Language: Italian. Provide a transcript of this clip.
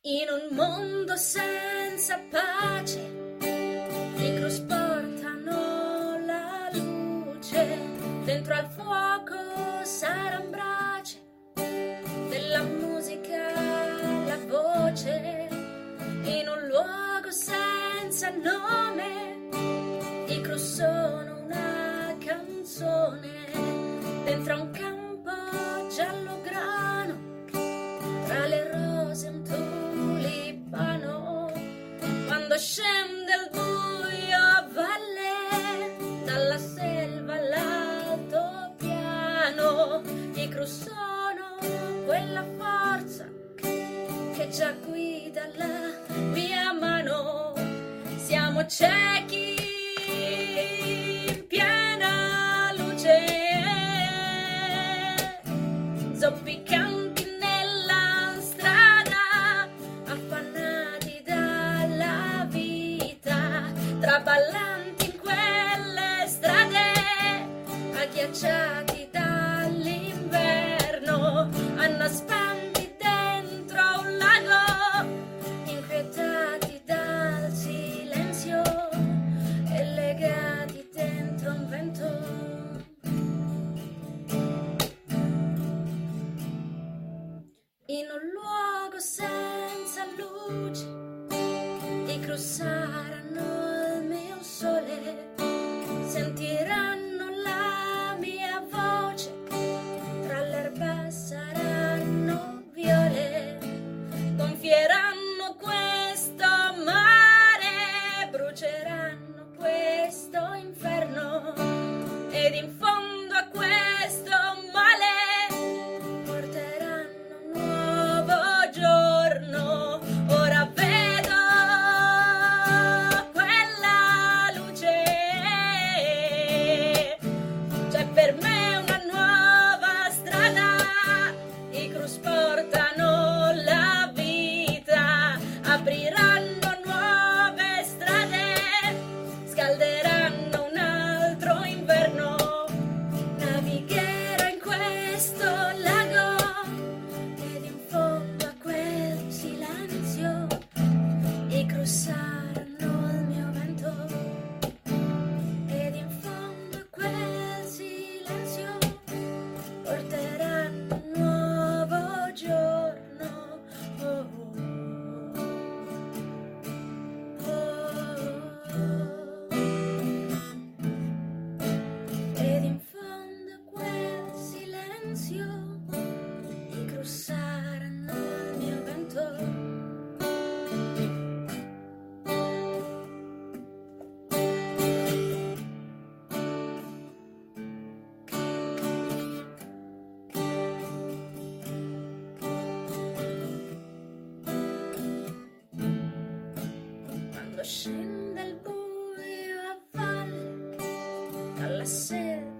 In un mondo senza pace, i Cruz portano la luce, dentro al fuoco saran brace, della musica la voce, in un luogo senza nome, i Cruz sono una canzone, dentro a un campo giallo grano, tra le rose un tulipano, quando scende il buio a valle, dalla selva all'altopiano, i Cruz sono quella forza che già guida la mia mano, siamo ciechi in piena luce, zoppicanti nella strada, affannati dalla vita, traballanti in quelle strade, agghiacciati dall'inverno, annaspanti dentro un lago, inquietati dal silenzio e legati dentro un vento. In un luogo senza luce, i Cruz saranno il mio sole, sentiranno la mia voce, tra l'erba saranno viole, gonfieranno questo mare, bruceranno questo inferno, ed in fondo a questo male porteranno un nuovo giorno. Ora vedo quella luce, c'è per me una nuova strada, i Cruz portano la vita, apriranno nuove strade, scalderanno un altro inverno, navigherò in questo lago, ed in fondo a quel silenzio i Cruz saranno il mio vento, ed in fondo a quel silenzio porteranno un nuovo giorno. Oh, oh, oh. Ed in fondo a quel silenzio i Cruz saranno il mio vento. Quando scende il buio a valle, dalla sera